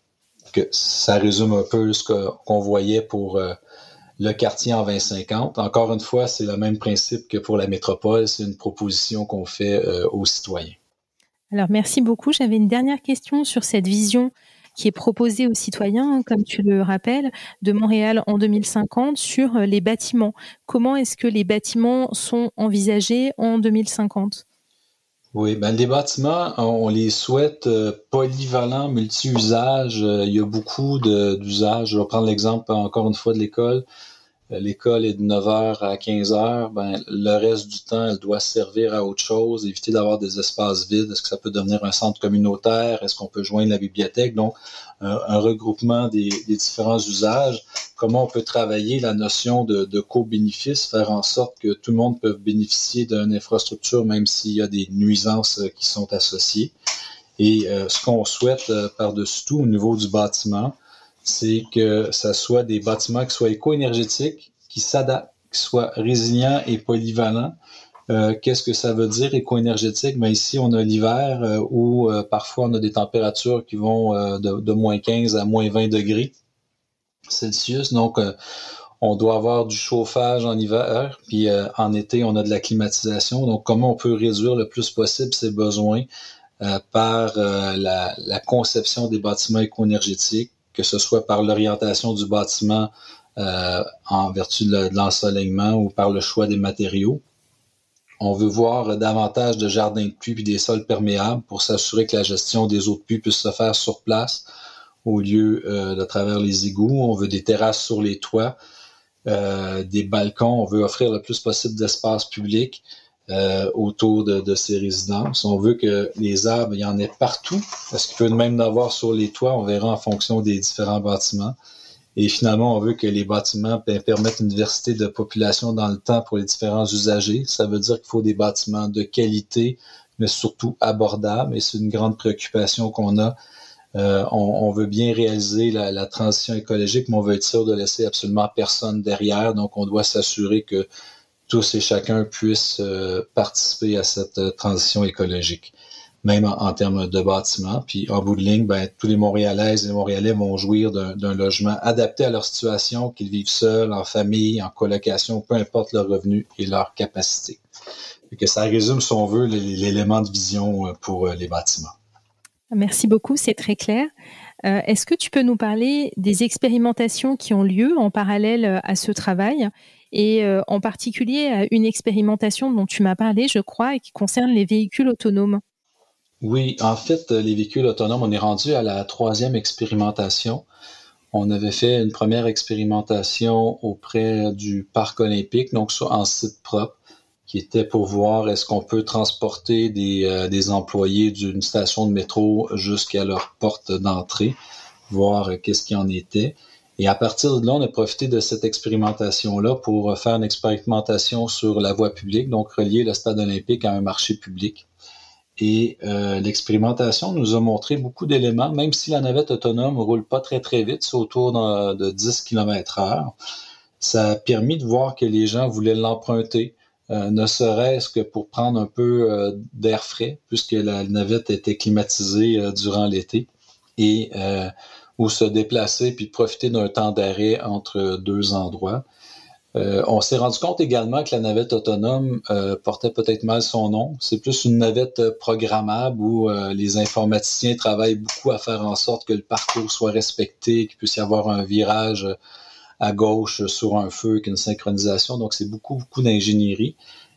Ça résume un peu ce qu'on voyait pour le quartier en 2050. Encore une fois, c'est le même principe que pour la métropole. C'est une proposition qu'on fait aux citoyens. Alors, merci beaucoup. J'avais une dernière question sur cette vision qui est proposée aux citoyens, comme tu le rappelles, de Montréal en 2050 sur les bâtiments. Comment est-ce que les bâtiments sont envisagés en 2050? Oui, les bâtiments, on les souhaite polyvalents, multi-usages. Il y a beaucoup d'usages. Je vais prendre l'exemple encore une fois de l'école. L'école est de 9h à 15h. Le reste du temps, elle doit servir à autre chose, éviter d'avoir des espaces vides. Est-ce que ça peut devenir un centre communautaire? Est-ce qu'on peut joindre la bibliothèque? Donc, un regroupement des différents usages. Comment on peut travailler la notion de co-bénéfice, faire en sorte que tout le monde peut bénéficier d'une infrastructure, même s'il y a des nuisances qui sont associées. Et ce qu'on souhaite par-dessus tout au niveau du bâtiment, c'est que ça soit des bâtiments qui soient éco-énergétiques, qui s'adaptent qui soit résilient et polyvalent. Qu'est-ce que ça veut dire éco-énergétique? Ben ici, on a l'hiver où parfois on a des températures qui vont de moins 15 à moins 20 degrés Celsius. Donc, on doit avoir du chauffage en hiver, puis en été, on a de la climatisation. Donc, comment on peut réduire le plus possible ces besoins par la conception des bâtiments éco-énergétiques, que ce soit par l'orientation du bâtiment en vertu de l'ensoleillement ou par le choix des matériaux. On veut voir davantage de jardins de pluie et des sols perméables pour s'assurer que la gestion des eaux de pluie puisse se faire sur place au lieu de travers les égouts. On veut des terrasses sur les toits, des balcons. On veut offrir le plus possible d'espace public autour de ces résidences. On veut que les arbres, il y en ait partout, parce qu'il peut même en avoir sur les toits. On verra en fonction des différents bâtiments. Et finalement, on veut que les bâtiments permettent une diversité de population dans le temps pour les différents usagers. Ça veut dire qu'il faut des bâtiments de qualité, mais surtout abordables. Et c'est une grande préoccupation qu'on a. On veut bien réaliser la transition écologique, mais on veut être sûr de laisser absolument personne derrière. Donc, on doit s'assurer que tous et chacun puissent participer à cette transition écologique, même en termes de bâtiments. Puis en bout de ligne, tous les Montréalaises et les Montréalais vont jouir d'un logement adapté à leur situation, qu'ils vivent seuls, en famille, en colocation, peu importe leur revenu et leur capacité. Et que ça résume, si on veut, l'élément de vision pour les bâtiments. Merci beaucoup, c'est très clair. Est-ce que tu peux nous parler des expérimentations qui ont lieu en parallèle à ce travail et en particulier à une expérimentation dont tu m'as parlé, je crois, et qui concerne les véhicules autonomes? Oui, en fait, les véhicules autonomes, on est rendu à la 3e expérimentation. On avait fait une première expérimentation auprès du Parc olympique, donc en site propre, qui était pour voir est-ce qu'on peut transporter des employés d'une station de métro jusqu'à leur porte d'entrée, voir qu'est-ce qu'il en était. Et à partir de là, on a profité de cette expérimentation-là pour faire une expérimentation sur la voie publique, donc relier le stade olympique à un marché public. Et l'expérimentation nous a montré beaucoup d'éléments, même si la navette autonome ne roule pas très très vite, c'est autour de 10 km/h. Ça a permis de voir que les gens voulaient l'emprunter, ne serait-ce que pour prendre un peu d'air frais, puisque la navette était climatisée durant l'été, et ou se déplacer puis profiter d'un temps d'arrêt entre deux endroits. On s'est rendu compte également que la navette autonome portait peut-être mal son nom. C'est plus une navette programmable où les informaticiens travaillent beaucoup à faire en sorte que le parcours soit respecté, qu'il puisse y avoir un virage à gauche sur un feu, qu'une synchronisation. Donc, c'est beaucoup d'ingénierie.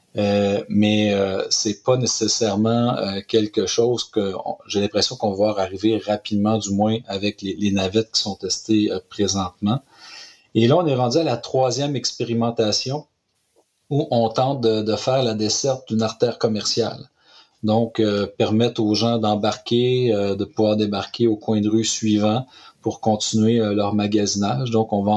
Mais c'est pas nécessairement quelque chose que j'ai l'impression qu'on va voir arriver rapidement, du moins avec les navettes qui sont testées présentement. Et là, on est rendu à la 3e expérimentation où on tente de faire la desserte d'une artère commerciale. Donc, permettre aux gens d'embarquer, de pouvoir débarquer au coin de rue suivant pour continuer leur magasinage. Donc, on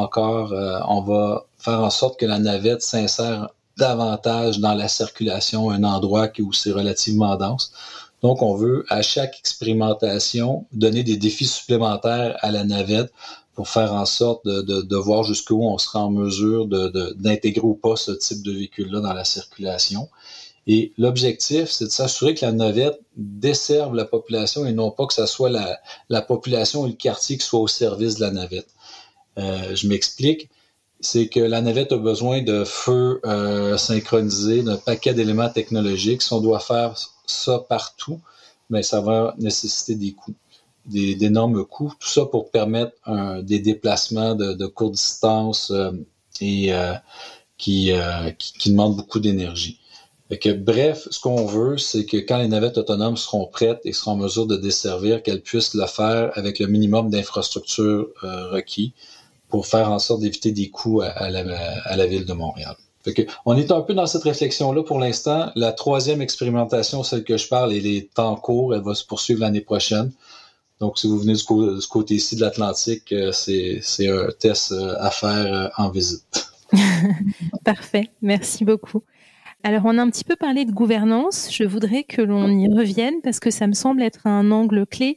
va faire en sorte que la navette s'insère davantage dans la circulation, un endroit où c'est relativement dense. Donc, on veut, à chaque expérimentation, donner des défis supplémentaires à la navette pour faire en sorte de voir jusqu'où on sera en mesure d'intégrer ou pas ce type de véhicule-là dans la circulation. Et l'objectif, c'est de s'assurer que la navette desserve la population et non pas que ce soit la population et le quartier qui soit au service de la navette. Je m'explique. C'est que la navette a besoin de feux synchronisés, d'un paquet d'éléments technologiques. Si on doit faire ça partout, mais ça va nécessiter des coûts, d'énormes coûts. Tout ça pour permettre des déplacements de courte distance et qui demandent beaucoup d'énergie. Bref, ce qu'on veut, c'est que quand les navettes autonomes seront prêtes et seront en mesure de desservir, qu'elles puissent le faire avec le minimum d'infrastructures requis pour faire en sorte d'éviter des coûts à la ville de Montréal. On est un peu dans cette réflexion-là pour l'instant. La 3e expérimentation, celle que je parle, elle est en cours. Elle va se poursuivre l'année prochaine. Donc, si vous venez du côté-ci de l'Atlantique, c'est un test à faire en visite. Parfait, merci beaucoup. Alors, on a un petit peu parlé de gouvernance. Je voudrais que l'on y revienne parce que ça me semble être un angle clé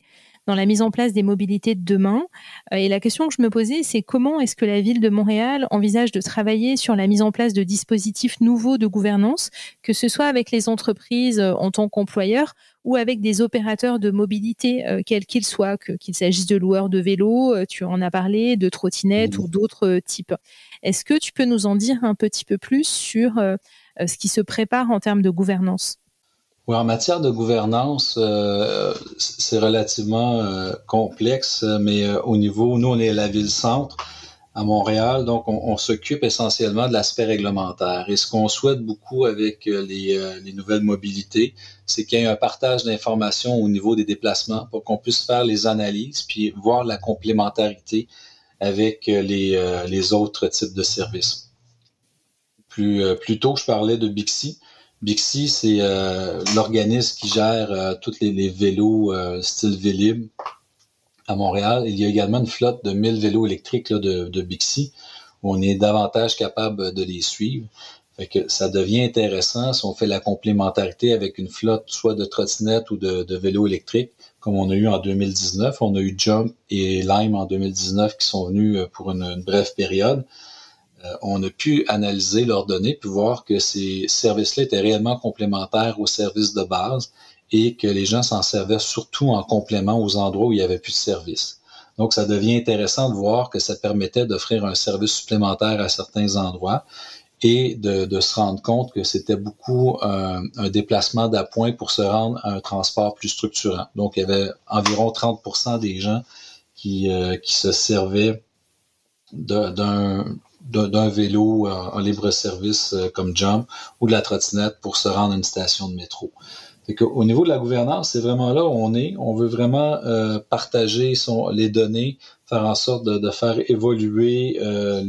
dans la mise en place des mobilités de demain. Et la question que je me posais, c'est comment est-ce que la ville de Montréal envisage de travailler sur la mise en place de dispositifs nouveaux de gouvernance, que ce soit avec les entreprises en tant qu'employeurs ou avec des opérateurs de mobilité, quels qu'ils soient, qu'il s'agisse de loueurs de vélos, tu en as parlé, de trottinettes ou d'autres types. Est-ce que tu peux nous en dire un petit peu plus sur ce qui se prépare en termes de gouvernance? Oui, en matière de gouvernance, c'est relativement complexe, mais au niveau, nous, on est à la ville-centre à Montréal, donc on s'occupe essentiellement de l'aspect réglementaire. Et ce qu'on souhaite beaucoup avec les nouvelles mobilités, c'est qu'il y ait un partage d'informations au niveau des déplacements pour qu'on puisse faire les analyses puis voir la complémentarité avec les autres types de services. Plus tôt, je parlais de Bixi. Bixi, c'est l'organisme qui gère tous les vélos style Vélib à Montréal. Il y a également une flotte de 1000 vélos électriques là, de Bixi, où on est davantage capable de les suivre. Fait que ça devient intéressant si on fait la complémentarité avec une flotte soit de trottinettes ou de vélos électriques, comme on a eu en 2019. On a eu Jump et Lime en 2019 qui sont venus pour une brève période. On a pu analyser leurs données puis voir que ces services-là étaient réellement complémentaires aux services de base et que les gens s'en servaient surtout en complément aux endroits où il n'y avait plus de service. Donc, ça devient intéressant de voir que ça permettait d'offrir un service supplémentaire à certains endroits et de se rendre compte que c'était beaucoup un déplacement d'appoint pour se rendre à un transport plus structurant. Donc, il y avait environ 30% des gens qui se servaient d'un vélo en libre service comme Jump ou de la trottinette pour se rendre à une station de métro. Fait qu'au niveau de la gouvernance, c'est vraiment là où on est. On veut vraiment partager les données, faire en sorte de faire évoluer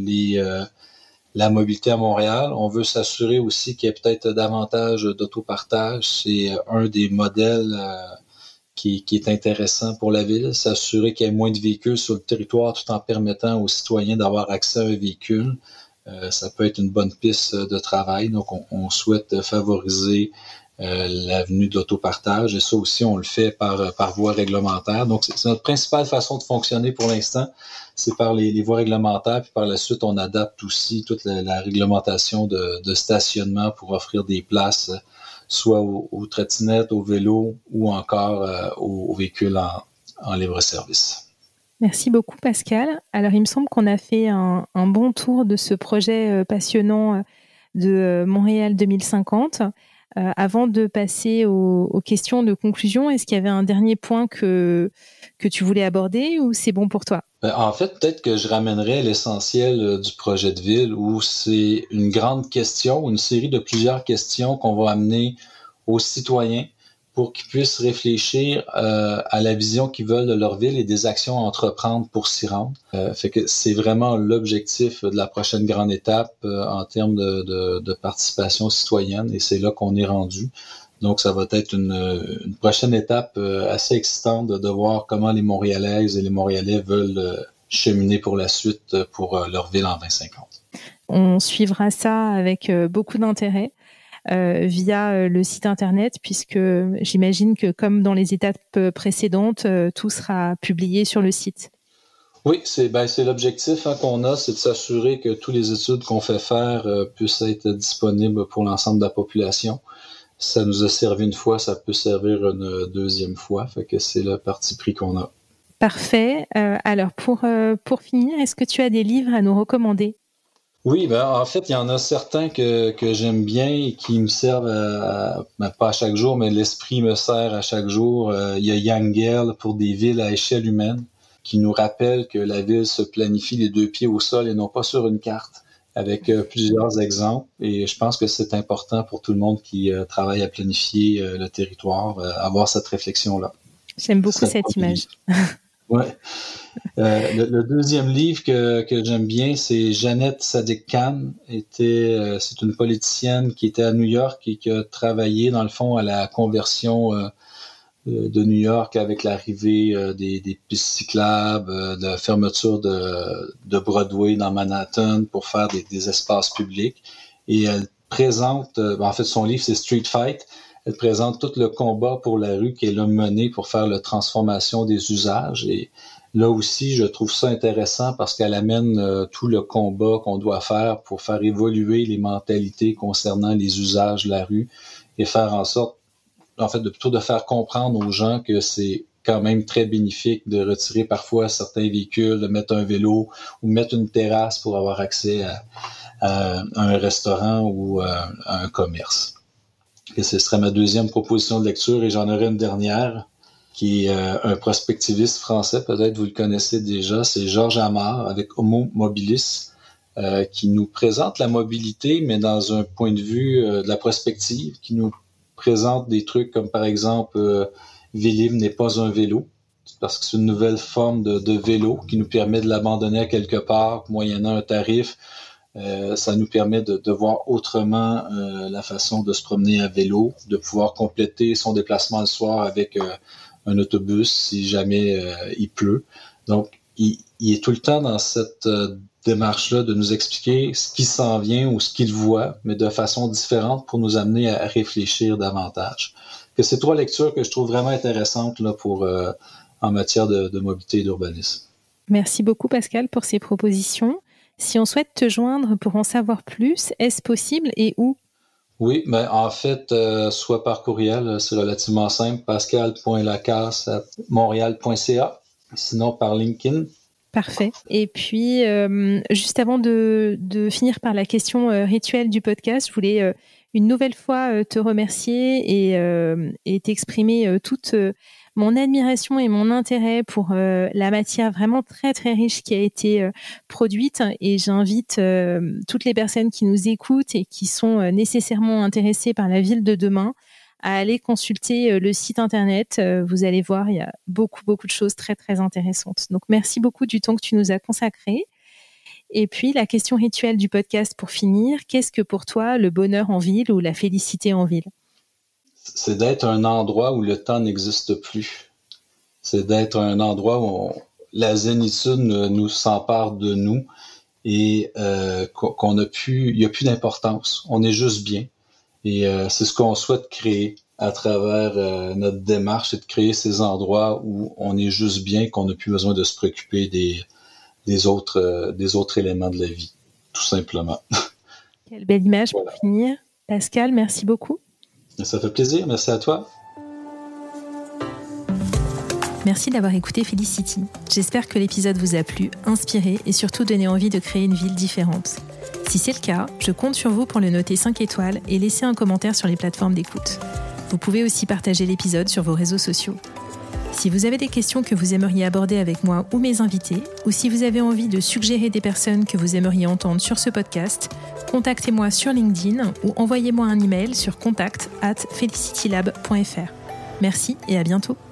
la mobilité à Montréal. On veut s'assurer aussi qu'il y ait peut-être davantage d'autopartage. C'est un des modèles qui est intéressant pour la ville, s'assurer qu'il y ait moins de véhicules sur le territoire tout en permettant aux citoyens d'avoir accès à un véhicule. Ça peut être une bonne piste de travail. Donc, on souhaite favoriser l'avenue de l'autopartage et ça aussi, on le fait par voie réglementaire. Donc, c'est notre principale façon de fonctionner pour l'instant, c'est par les voies réglementaires. Puis par la suite, on adapte aussi toute la réglementation de stationnement pour offrir des places soit aux trottinettes, aux vélos ou encore aux véhicules en libre service. Merci beaucoup Pascal. Alors il me semble qu'on a fait un bon tour de ce projet passionnant de Montréal 2050. Avant de passer aux questions de conclusion, est-ce qu'il y avait un dernier point que tu voulais aborder ou c'est bon pour toi? En fait, peut-être que je ramènerais l'essentiel du projet de ville où c'est une grande question, une série de plusieurs questions qu'on va amener aux citoyens pour qu'ils puissent réfléchir à la vision qu'ils veulent de leur ville et des actions à entreprendre pour s'y rendre. Fait que c'est vraiment l'objectif de la prochaine grande étape en termes de participation citoyenne et c'est là qu'on est rendu. Donc, ça va être une prochaine étape assez excitante de voir comment les Montréalaises et les Montréalais veulent cheminer pour la suite pour leur ville en 2050. On suivra ça avec beaucoup d'intérêt via le site Internet, puisque j'imagine que comme dans les étapes précédentes, tout sera publié sur le site. Oui, c'est l'objectif qu'on a, c'est de s'assurer que toutes les études qu'on fait faire puissent être disponibles pour l'ensemble de la population. Ça nous a servi une fois, ça peut servir une deuxième fois. Fait que c'est le parti pris qu'on a. Parfait. Alors, pour finir, est-ce que tu as des livres à nous recommander? Oui, en fait, il y en a certains que j'aime bien et qui me servent pas à chaque jour, mais l'esprit me sert à chaque jour. Il y a Yangel pour des villes à échelle humaine qui nous rappelle que la ville se planifie les deux pieds au sol et non pas sur une carte, avec plusieurs exemples. Et je pense que c'est important pour tout le monde qui travaille à planifier le territoire, avoir cette réflexion-là. J'aime beaucoup cette image. Ouais. Le deuxième livre que j'aime bien, c'est Jeannette Sadiq-Khan. C'est une politicienne qui était à New York et qui a travaillé, dans le fond, à la conversion de New York avec l'arrivée des pistes cyclables, de la fermeture de Broadway dans Manhattan pour faire des espaces publics. Et elle présente, en fait, son livre, c'est Street Fight. Elle présente tout le combat pour la rue qu'elle a mené pour faire la transformation des usages. Et là aussi, je trouve ça intéressant parce qu'elle amène tout le combat qu'on doit faire pour faire évoluer les mentalités concernant les usages de la rue et faire en sorte, en fait, plutôt de faire comprendre aux gens que c'est quand même très bénéfique de retirer parfois certains véhicules, de mettre un vélo ou mettre une terrasse pour avoir accès à un restaurant ou à un commerce. Et ce serait ma deuxième proposition de lecture et j'en aurai une dernière qui est un prospectiviste français, peut-être vous le connaissez déjà, c'est Georges Amar avec Homo Mobilis, qui nous présente la mobilité, mais dans un point de vue de la prospective, qui nous présente des trucs comme par exemple Vélib n'est pas un vélo, parce que c'est une nouvelle forme de vélo qui nous permet de l'abandonner à quelque part, moyennant un tarif. Ça nous permet de voir autrement la façon de se promener à vélo, de pouvoir compléter son déplacement le soir avec un autobus si jamais il pleut. Donc, il est tout le temps dans cette démarche-là de nous expliquer ce qui s'en vient ou ce qu'il voit, mais de façon différente pour nous amener à réfléchir davantage. Que c'est 3 lectures que je trouve vraiment intéressantes là, en matière de mobilité et d'urbanisme. Merci beaucoup Pascal pour ces propositions. Si on souhaite te joindre pour en savoir plus, est-ce possible et où? Oui, mais en fait, soit par courriel, c'est relativement simple, pascal.lacasse@montréal.ca, sinon par LinkedIn. Parfait. Et puis, juste avant de finir par la question rituelle du podcast, je voulais une nouvelle fois te remercier et t'exprimer toute mon admiration et mon intérêt pour la matière vraiment très très riche qui a été produite. Et j'invite toutes les personnes qui nous écoutent et qui sont nécessairement intéressées par la ville de demain à aller consulter le site internet. Vous allez voir, il y a beaucoup de choses très très intéressantes. Donc merci beaucoup du temps que tu nous as consacré. Et puis la question rituelle du podcast pour finir, qu'est-ce que pour toi le bonheur en ville ou la félicité en ville? C'est d'être un endroit où le temps n'existe plus. C'est d'être un endroit où la zénitude nous s'empare de nous et il n'y a plus d'importance. On est juste bien. Et c'est ce qu'on souhaite créer à travers notre démarche, c'est de créer ces endroits où on est juste bien, qu'on n'a plus besoin de se préoccuper des autres éléments de la vie, tout simplement. Quelle belle image pour finir. Pascal, merci beaucoup. Ça fait plaisir, merci à toi. Merci d'avoir écouté Felicity. J'espère que l'épisode vous a plu, inspiré et surtout donné envie de créer une ville différente. Si c'est le cas, je compte sur vous pour le noter 5 étoiles et laisser un commentaire sur les plateformes d'écoute. Vous pouvez aussi partager l'épisode sur vos réseaux sociaux. Si vous avez des questions que vous aimeriez aborder avec moi ou mes invités, ou si vous avez envie de suggérer des personnes que vous aimeriez entendre sur ce podcast, contactez-moi sur LinkedIn ou envoyez-moi un email sur contact@felicitylab.fr. Merci et à bientôt.